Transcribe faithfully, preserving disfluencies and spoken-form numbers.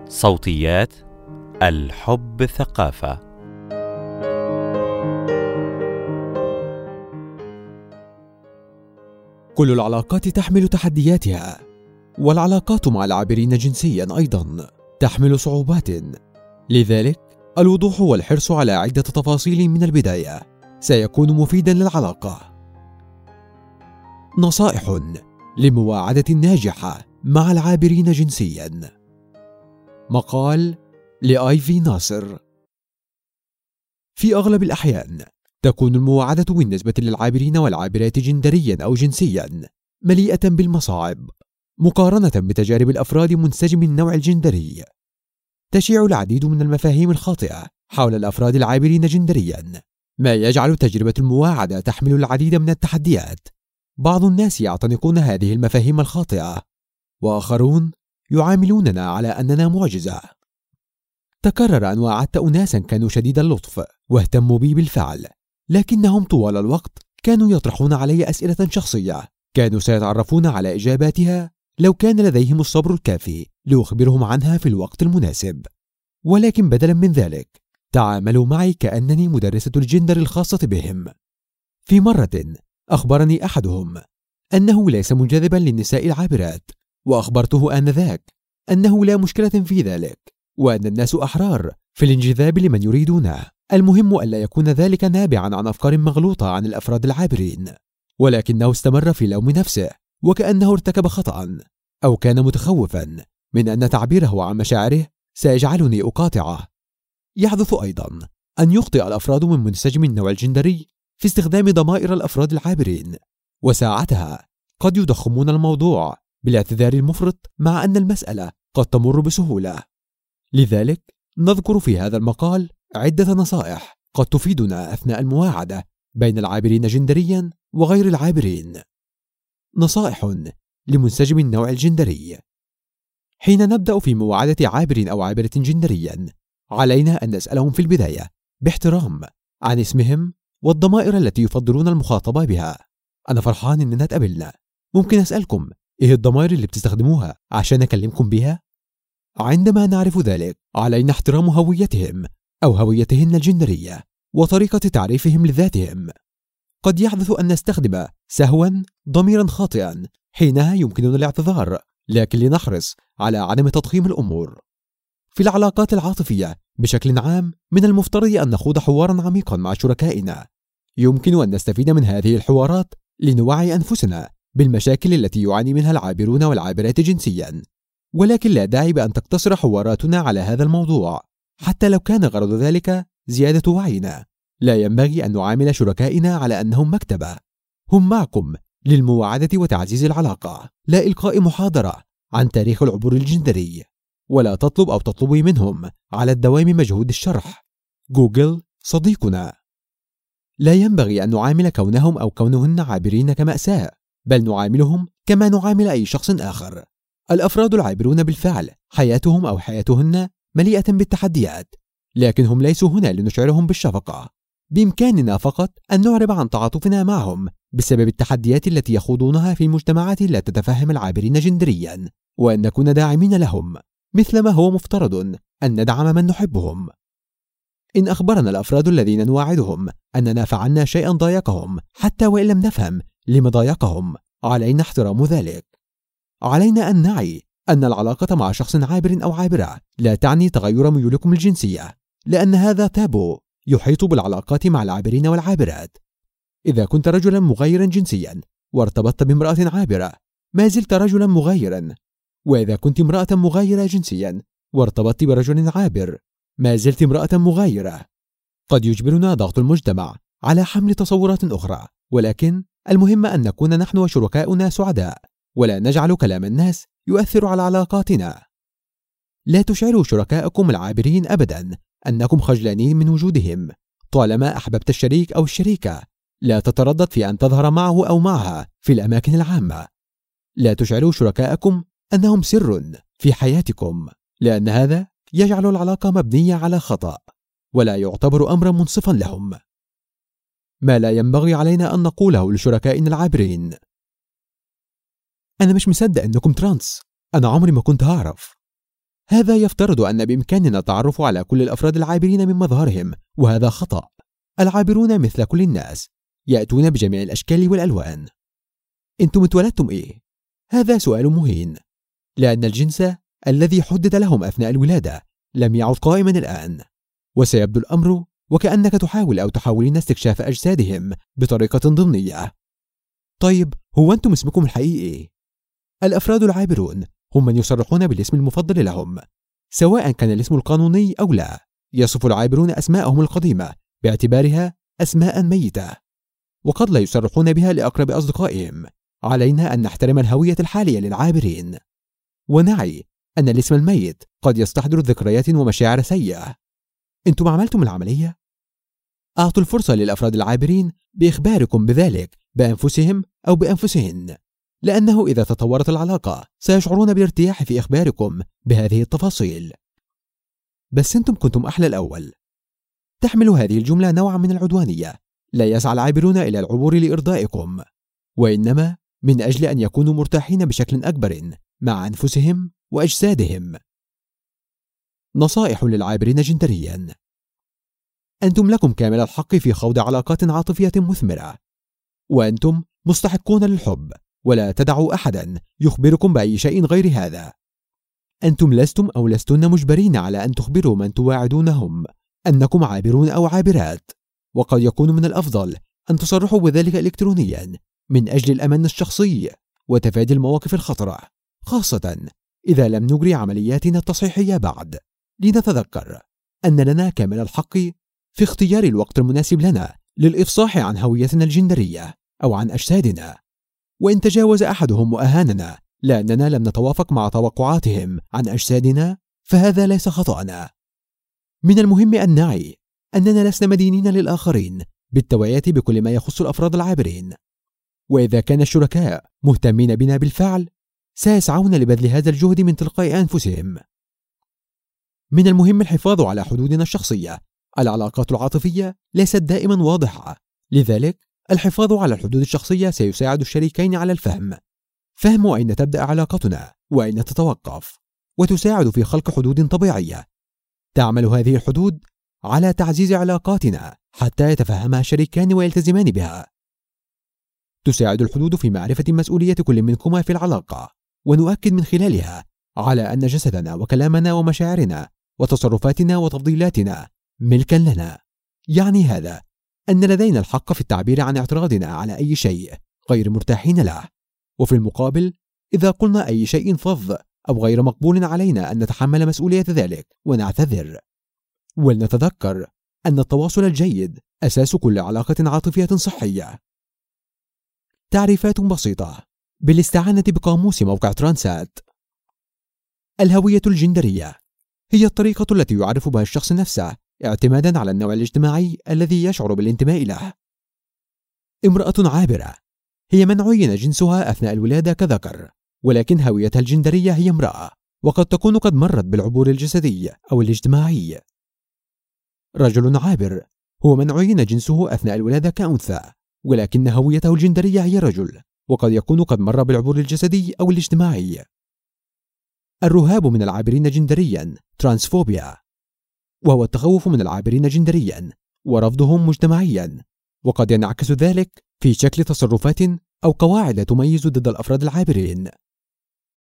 صوتيات الحب ثقافة. كل العلاقات تحمل تحدياتها، والعلاقات مع العابرين جنسيا أيضا تحمل صعوبات. لذلك الوضوح والحرص على عدة تفاصيل من البداية سيكون مفيدا للعلاقة. نصائح لمواعدة ناجحة مع العابرين جنسيا. مقال لآيفي ناصر. في أغلب الأحيان تكون المواعدة بالنسبة للعابرين والعابرات جندريا أو جنسيا مليئة بالمصاعب مقارنة بتجارب الأفراد منسجم النوع الجندري. تشيع العديد من المفاهيم الخاطئة حول الأفراد العابرين جندريا، ما يجعل تجربة المواعدة تحمل العديد من التحديات. بعض الناس يعتنقون هذه المفاهيم الخاطئة، وآخرون يعاملوننا على أننا معجزة. تكرر أن وعدت أناسا كانوا شديد اللطف واهتموا بي بالفعل، لكنهم طوال الوقت كانوا يطرحون علي أسئلة شخصية كانوا سيتعرفون على إجاباتها لو كان لديهم الصبر الكافي لأخبرهم عنها في الوقت المناسب. ولكن بدلا من ذلك تعاملوا معي كأنني مدرسة الجندر الخاصة بهم. في مرة أخبرني أحدهم أنه ليس منجذبا للنساء العابرات، وأخبرته آنذاك أنه لا مشكلة في ذلك، وأن الناس أحرار في الانجذاب لمن يريدونه. المهم ألا يكون ذلك نابعا عن أفكار مغلوطة عن الأفراد العابرين. ولكنه استمر في لوم نفسه، وكأنه ارتكب خطأ أو كان متخوفا من أن تعبيره عن مشاعره سيجعلني أقاطعه. يحدث أيضا أن يخطئ الأفراد من منسجم النوع الجندري في استخدام ضمائر الأفراد العابرين، وساعتها قد يضخمون الموضوع بالاعتذار المفرط مع أن المسألة قد تمر بسهولة. لذلك نذكر في هذا المقال عدة نصائح قد تفيدنا أثناء المواعدة بين العابرين جندريا وغير العابرين. نصائح لمنسجم النوع الجندري. حين نبدأ في مواعدة عابر أو عابرة جندريا، علينا أن نسألهم في البداية باحترام عن اسمهم والضمائر التي يفضلون المخاطبة بها. أنا فرحان إننا اتقابلنا، ممكن أسألكم إيه الضمائر اللي بتستخدموها عشان أكلمكم بيها؟ عندما نعرف ذلك علينا احترام هويتهم أو هويتهن الجندرية وطريقة تعريفهم لذاتهم. قد يحدث أن نستخدم سهوا ضميرا خاطئا، حينها يمكننا الاعتذار، لكن لنحرص على عدم تضخيم الأمور. في العلاقات العاطفية بشكل عام من المفترض أن نخوض حوارا عميقا مع شركائنا. يمكن أن نستفيد من هذه الحوارات لنوعي أنفسنا بالمشاكل التي يعاني منها العابرون والعابرات جنسيا، ولكن لا داعي بأن تقتصر حواراتنا على هذا الموضوع حتى لو كان غرض ذلك زيادة وعينا. لا ينبغي أن نعامل شركائنا على أنهم مكتبة. هم معكم للمواعدة وتعزيز العلاقة، لا إلقاء محاضرة عن تاريخ العبور الجندري. ولا تطلب أو تطلبي منهم على الدوام مجهود الشرح. جوجل صديقنا. لا ينبغي أن نعامل كونهم أو كونهن عابرين كمأساة، بل نعاملهم كما نعامل أي شخص آخر. الأفراد العابرون بالفعل حياتهم أو حياتهن مليئة بالتحديات، لكن هم ليسوا هنا لنشعرهم بالشفقة. بإمكاننا فقط أن نعرب عن تعاطفنا معهم بسبب التحديات التي يخوضونها في مجتمعات لا تتفهم العابرين جندريا، وأن نكون داعمين لهم مثلما هو مفترض أن ندعم من نحبهم. إن أخبرنا الأفراد الذين نواعدهم أننا فعلنا شيئا ضايقهم، حتى وإن لم نفهم لما ضايقهم، علينا احترام ذلك. علينا أن نعي أن العلاقة مع شخص عابر أو عابرة لا تعني تغير ميولكم الجنسية، لأن هذا تابو يحيط بالعلاقات مع العابرين والعابرات. إذا كنت رجلا مغيرا جنسيا وارتبطت بامرأة عابرة، ما زلت رجلا مغيرا. وإذا كنت امرأة مغيرة جنسيا وارتبطت برجل عابر، ما زلت امرأة مغيرة. قد يجبرنا ضغط المجتمع على حمل تصورات أخرى، ولكن المهم أن نكون نحن وشركاؤنا سعداء، ولا نجعل كلام الناس يؤثر على علاقاتنا. لا تشعروا شركائكم العابرين أبدا أنكم خجلانين من وجودهم. طالما أحببت الشريك أو الشريكة، لا تتردد في أن تظهر معه أو معها في الأماكن العامة. لا تشعروا شركائكم أنهم سر في حياتكم، لأن هذا يجعل العلاقة مبنية على خطأ ولا يعتبر أمرا منصفا لهم. ما لا ينبغي علينا أن نقوله لشركائنا العابرين: أنا مش مصدق أنكم ترانس، أنا عمري ما كنت هعرف. هذا يفترض أن بإمكاننا التعرف على كل الأفراد العابرين من مظهرهم، وهذا خطأ. العابرون مثل كل الناس يأتون بجميع الأشكال والألوان. أنتم اتولدتم إيه؟ هذا سؤال مهين، لأن الجنس الذي حدد لهم أثناء الولادة لم يعد قائما الآن، وسيبدو الأمر وكأنك تحاول أو تحاولين استكشاف أجسادهم بطريقة ضمنية. طيب، هو أنتم اسمكم الحقيقي؟ الأفراد العابرون هم من يصرحون بالاسم المفضل لهم، سواء كان الاسم القانوني أو لا. يصف العابرون أسماءهم القديمة باعتبارها أسماء ميتة، وقد لا يصرحون بها لأقرب أصدقائهم. علينا أن نحترم الهوية الحالية للعابرين، ونعي أن الاسم الميت قد يستحضر ذكريات ومشاعر سيئة. أنتم عملتم العملية؟ أعطوا الفرصة للأفراد العابرين بإخباركم بذلك بأنفسهم أو بأنفسهن، لأنه إذا تطورت العلاقة سيشعرون بالارتياح في إخباركم بهذه التفاصيل. بس أنتم كنتم أحلى الأول. تحمل هذه الجملة نوعا من العدوانية. لا يسعى العابرون إلى العبور لإرضائكم، وإنما من أجل أن يكونوا مرتاحين بشكل أكبر مع أنفسهم وأجسادهم. نصائح للعابرين جندريا: أنتم لكم كامل الحق في خوض علاقات عاطفية مثمرة، وأنتم مستحقون للحب، ولا تدعوا أحدا يخبركم بأي شيء غير هذا. أنتم لستم أو لستن مجبرين على أن تخبروا من تواعدونهم أنكم عابرون أو عابرات، وقد يكون من الأفضل أن تصرحوا بذلك إلكترونيا من أجل الأمن الشخصي وتفادي المواقف الخطرة، خاصة إذا لم نجري عملياتنا التصحيحية بعد. لنتذكر أن لنا كامل الحق في اختيار الوقت المناسب لنا للإفصاح عن هويتنا الجندرية أو عن أجسادنا، وإن تجاوز أحدهم وأهاننا لأننا لم نتوافق مع توقعاتهم عن أجسادنا فهذا ليس خطأنا. من المهم أن نعي أننا لسنا مدينين للآخرين بالتوعية بكل ما يخص الأفراد العابرين، وإذا كان الشركاء مهتمين بنا بالفعل سيسعون لبذل هذا الجهد من تلقاء أنفسهم. من المهم الحفاظ على حدودنا الشخصية. العلاقات العاطفية ليست دائما واضحة، لذلك الحفاظ على الحدود الشخصية سيساعد الشريكين على الفهم فهم أين تبدأ علاقتنا وأين تتوقف، وتساعد في خلق حدود طبيعية. تعمل هذه الحدود على تعزيز علاقاتنا حتى يتفهمها الشريكان ويلتزمان بها. تساعد الحدود في معرفة مسؤولية كل منكما في العلاقة، ونؤكد من خلالها على أن جسدنا وكلامنا ومشاعرنا وتصرفاتنا وتفضيلاتنا ملكا لنا. يعني هذا أن لدينا الحق في التعبير عن اعتراضنا على أي شيء غير مرتاحين له، وفي المقابل إذا قلنا أي شيء فظ أو غير مقبول علينا أن نتحمل مسؤولية ذلك ونعتذر. ولنتذكر أن التواصل الجيد أساس كل علاقة عاطفية صحية. تعريفات بسيطة بالاستعانة بقاموس موقع ترانسات. الهوية الجندرية هي الطريقة التي يعرف بها الشخص نفسه اعتمادا على النوع الاجتماعي الذي يشعر بالانتماء له. امرأة عابرة هي من عين جنسها أثناء الولادة كذكر، ولكن هويتها الجندرية هي امرأة، وقد تكون قد مرت بالعبور الجسدي أو الاجتماعي. رجل عابر هو من عين جنسه أثناء الولادة كأنثى، ولكن هويته الجندرية هي رجل، وقد يكون قد مر بالعبور الجسدي أو الاجتماعي. الرهاب من العابرين جندريا ترانسفوبيا، وهو التخوف من العابرين جندريا ورفضهم مجتمعيا، وقد ينعكس ذلك في شكل تصرفات أو قواعد تميز ضد الأفراد العابرين.